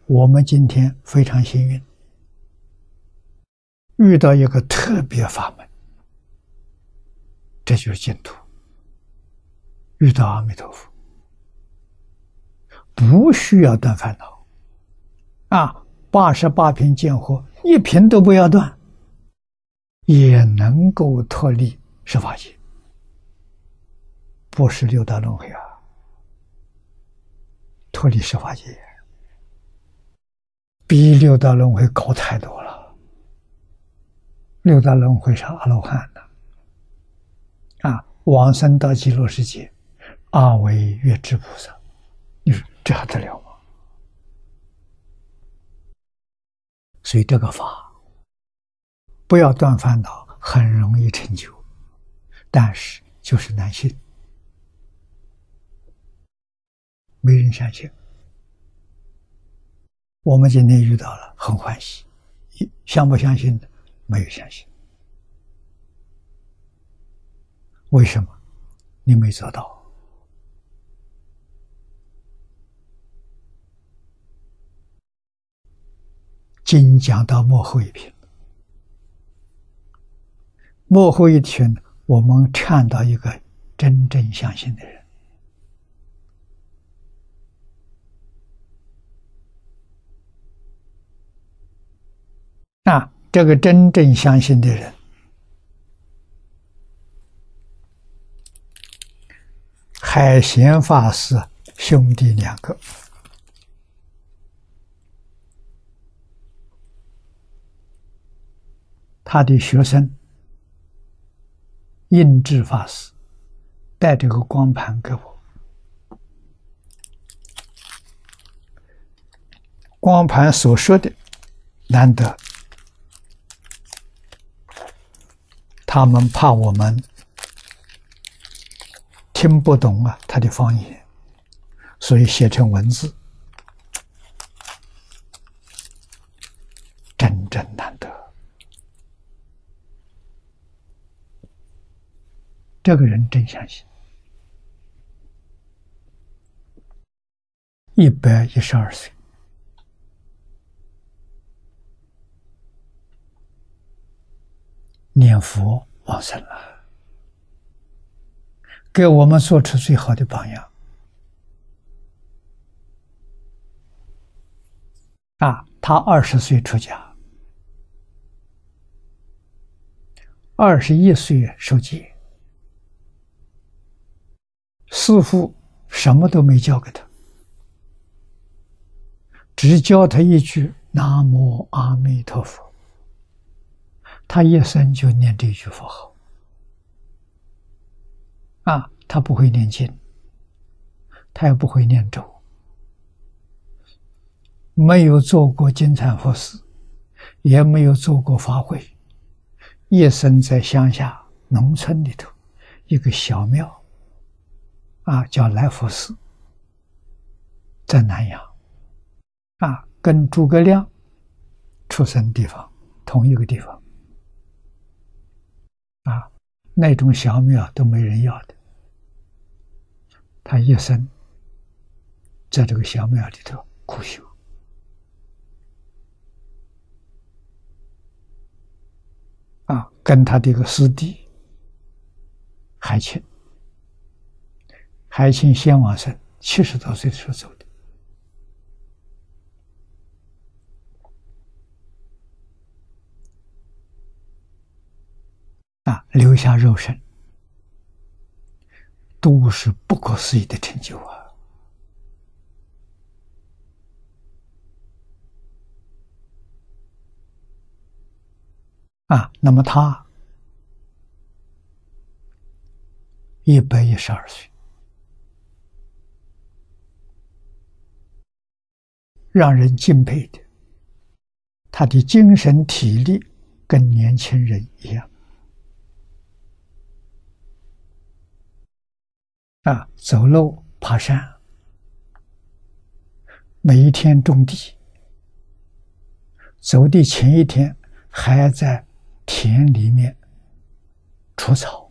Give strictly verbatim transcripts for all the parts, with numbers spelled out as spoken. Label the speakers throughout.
Speaker 1: 我们今天非常幸运，遇到一个特别法门，这就是净土。遇到阿弥陀佛，不需要断烦恼啊！八十八品见惑，一品都不要断，也能够脱离十法界，不是六道轮回啊！脱离十法界，比六道轮回高太多了。六道轮回是阿罗汉的啊，往生到极乐世界，阿惟越致菩萨，你说这还得了吗？所以这个法不要断烦恼，很容易成就，但是就是难信，没人相信。我们今天遇到了，很欢喜，相不相信的没有相信。为什么？你没做到。经讲到末后一品，末后一品，我们看到一个真正相信的人。啊，这个真正相信的人，海贤法师兄弟两个，他的学生印智法师带这个光盘给我，光盘所说的难得，他们怕我们听不懂啊他的方言，所以写成文字，真正难得。这个人真相信，一百一十二岁，念佛往生了，给我们做出最好的榜样啊！他二十岁出家，二十一岁受戒，师父什么都没教给他，只教他一句南无阿弥陀佛，他一生就念这句佛号啊！他不会念经，他也不会念咒，没有做过金蝉佛事，也没有做过法会，一生在乡下农村里头一个小庙啊，叫来福寺，在南阳啊，跟诸葛亮出生地方同一个地方啊，那种小庙都没人要的，他一生在这个小庙里头苦修啊，跟他的一个师弟海清，海清先往生，七十多岁的时候走的啊，留下肉身，都是不可思议的成就啊！啊，那么他一百一十二岁，让人敬佩的，他的精神体力跟年轻人一样啊，走路爬山，每一天种地，走的前一天还在田里面除草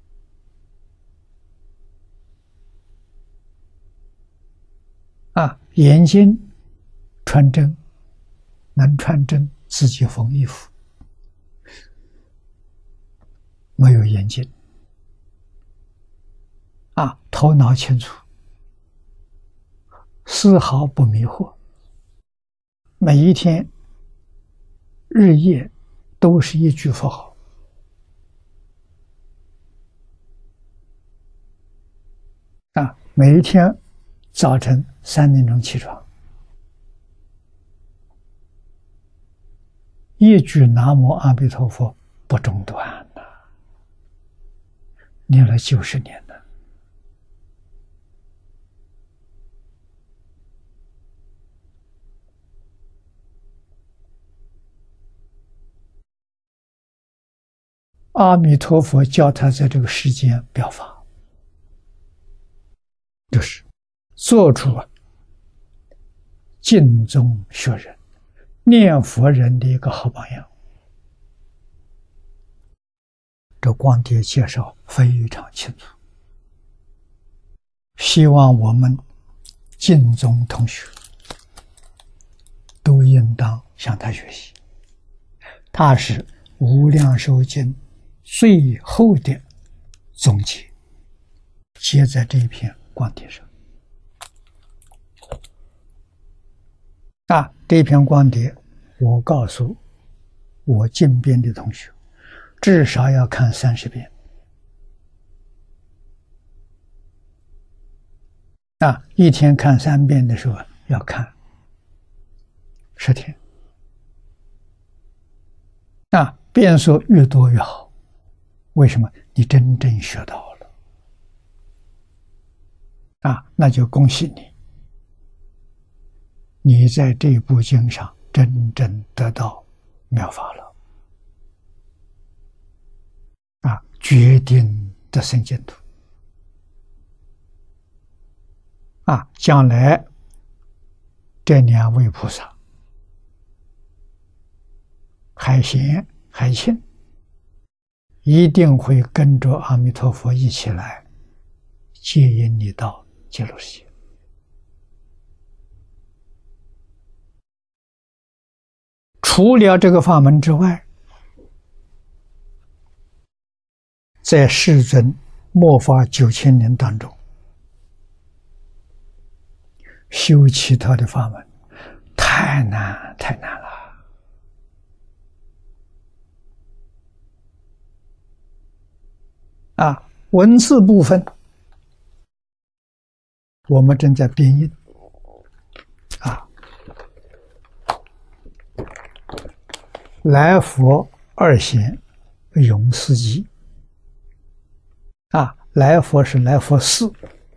Speaker 1: 啊， 眼睛穿针，能穿针自己缝衣服，没有眼睛啊，头脑清楚，丝毫不迷惑，每一天日夜都是一句佛号啊，每一天早晨三点钟起床，一句南无阿弥陀佛不中断呐，念了九十年了。阿弥陀佛教他在这个世间表法，就是做出敬宗学人、念佛人的一个好榜样。这光碟介绍非常清楚，希望我们敬宗同学都应当向他学习。他是无量寿经最后的总结，接在这一篇光碟上。啊，这篇光碟，我告诉我进编的同学，至少要看三十遍。啊，一天看三遍的时候，要看十天。啊，遍数越多越好。为什么？你真正学到了啊，那就恭喜你，你在这部经上真正得到妙法了啊，决定得生净土啊！将来这两位菩萨海贤、海庆一定会跟着阿弥陀佛一起来接引你到极乐世界。除了这个法门之外，在世尊末法九千年当中，修其他的法门太难太难了。啊，文字部分我们正在编印啊，来佛二贤永四集啊，来佛是来佛寺，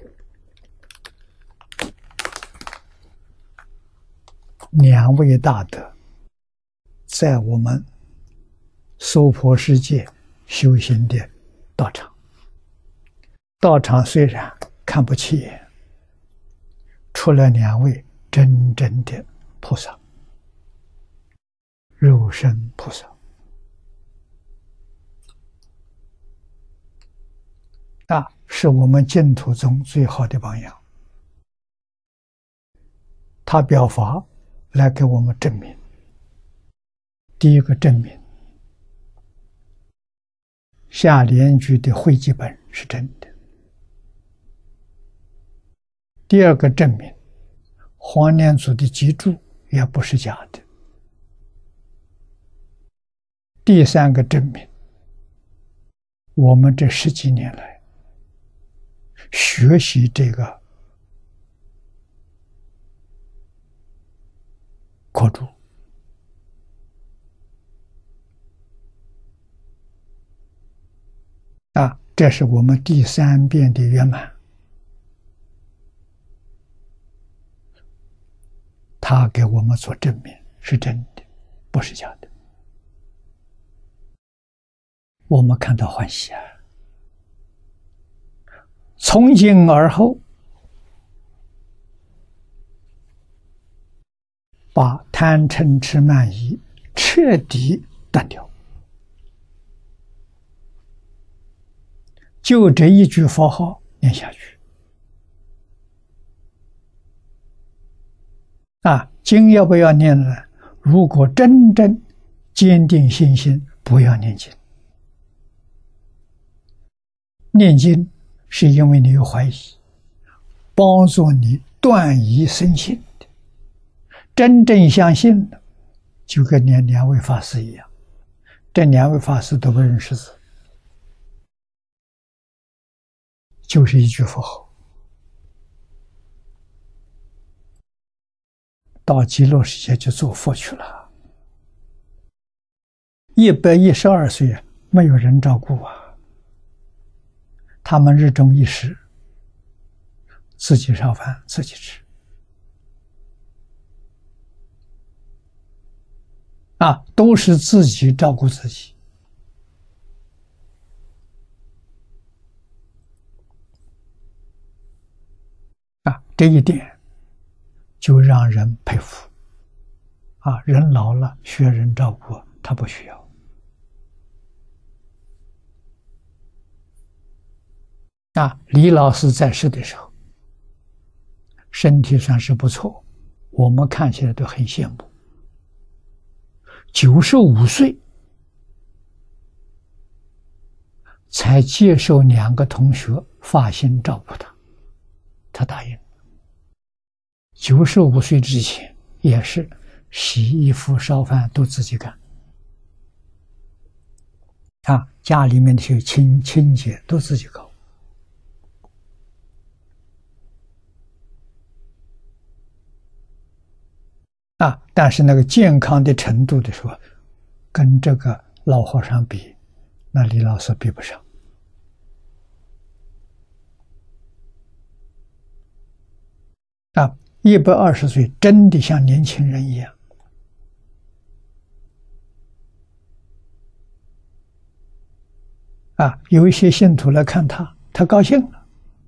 Speaker 1: 两位大德在我们娑婆世界修行的道场。道场虽然看不起眼，出了两位真正的菩萨，肉身菩萨啊，是我们净土中最好的榜样。他表法来给我们证明，第一个证明下联句的汇集本是真的，第二个证明黄念祖的集注也不是假的，第三个证明我们这十几年来学习这个课注啊，这是我们第三遍的圆满。他给我们做证明是真的，不是假的。我们看到欢喜啊！从今而后，把贪嗔痴慢疑彻底断掉，就这一句佛号念下去， 啊，经要不要念呢？如果真正坚定信心，不要念经。念经是因为你有怀疑，帮助你断疑生信的。真正相信的，就跟念两位法师一样，这两位法师都不认识字，就是一句佛号。到极乐世界就做佛去了。一百一十二岁，没有人照顾啊。他们日中一食，自己烧饭自己吃。啊，都是自己照顾自己。啊，这一点就让人佩服。啊，人老了需要人照顾，他不需要。啊，李老师在世的时候，身体算是不错，我们看起来都很羡慕。九十五岁才接受两个同学发心照顾他，他答应。九十五岁之前也是洗衣服、烧饭都自己干，啊，家里面的些清清洁都自己搞。啊，但是那个健康的程度的时候，跟这个老和尚比，那李老师比不上。啊，一百二十岁真的像年轻人一样。啊，有一些信徒来看他，他高兴了。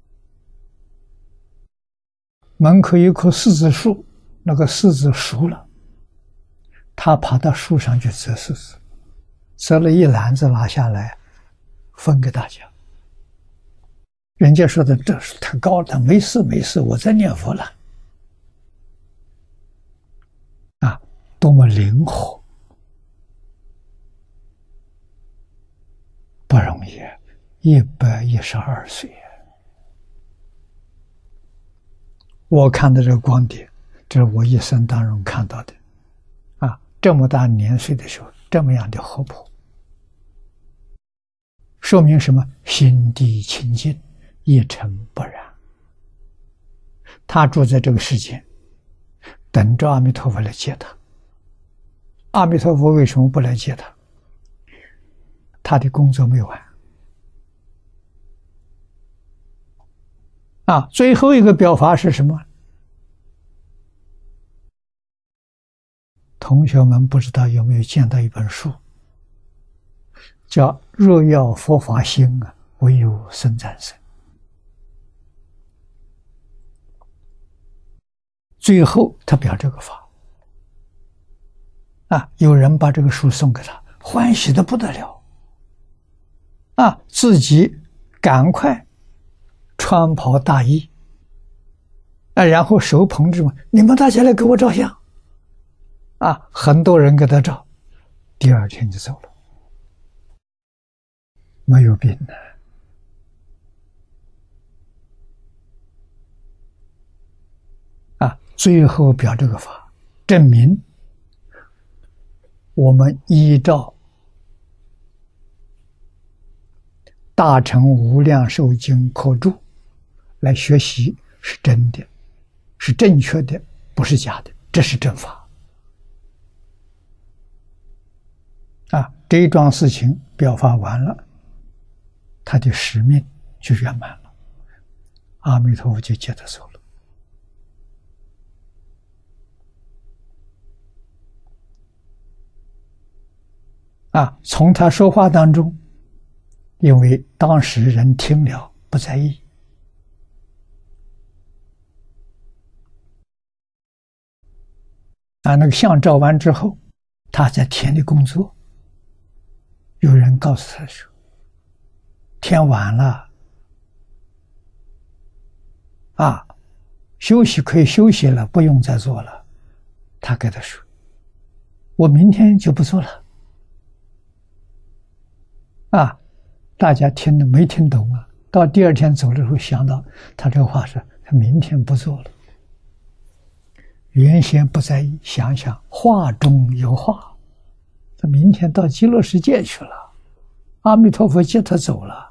Speaker 1: 门口有一棵柿子树，那个柿子熟了，他爬到树上去折柿子，折了一篮子拿下来，分给大家。人家说的这树太高了，他没事没事，我在念佛了。啊，多么灵活，不容易，一百一十二岁。我看到这个光碟，这是我一生当中看到的。啊，这么大年岁的时候，这么样的活泼，说明什么？心地清净，一尘不染。他住在这个世界，等着阿弥陀佛来接他。阿弥陀佛为什么不来接他？他的工作没有完。啊，最后一个表法是什么？同学们不知道有没有见到一本书，叫《若要佛法兴啊，唯有僧战胜》。最后他表这个法，啊，有人把这个书送给他，欢喜的不得了，啊，自己赶快穿袍大衣，啊，然后手捧着，你们大家来给我照相，啊，很多人给他照，第二天就走了，没有病的。啊，最后表这个法，证明我们依照大乘无量寿经课注来学习是真的，是正确的，不是假的，这是正法。啊，这一桩事情表发完了，他的使命就圆满了，阿弥陀佛就接他走了。啊，从他说话当中，因为当时人听了不在意，啊，那个相照完之后，他在田里工作，有人告诉他说：“天晚了，啊，休息可以休息了，不用再做了。 他给他说：“我明天就不做了。”啊，大家听了没听懂啊？到第二天走的时候想到他这个话是：“他明天不做了。”原先不在意，想想话中有话，他明天到极乐世界去了，阿弥陀佛接他走了。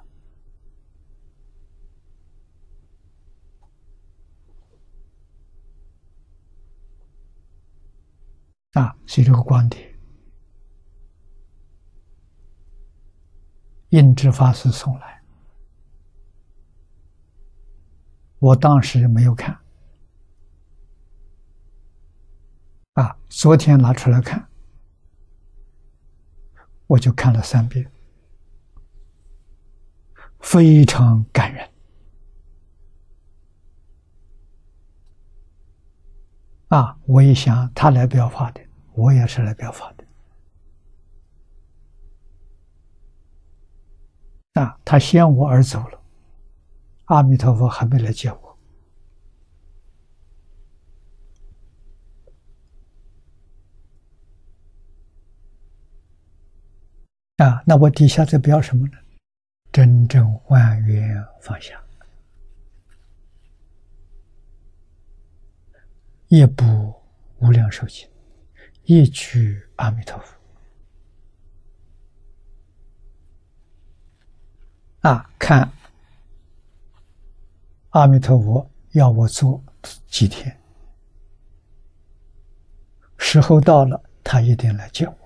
Speaker 1: 啊，所以这个观点，印智法师送来，我当时没有看，啊，昨天拿出来看，我就看了三遍，非常感人。啊，我一想，他来表法的，我也是来表法的。啊，他先我而走了，阿弥陀佛还没来接我。啊，那我底下在表什么呢？真正万缘放下，一部无量寿经，一句阿弥陀佛。啊，看阿弥陀佛要我做几天，时候到了，他一定来接我。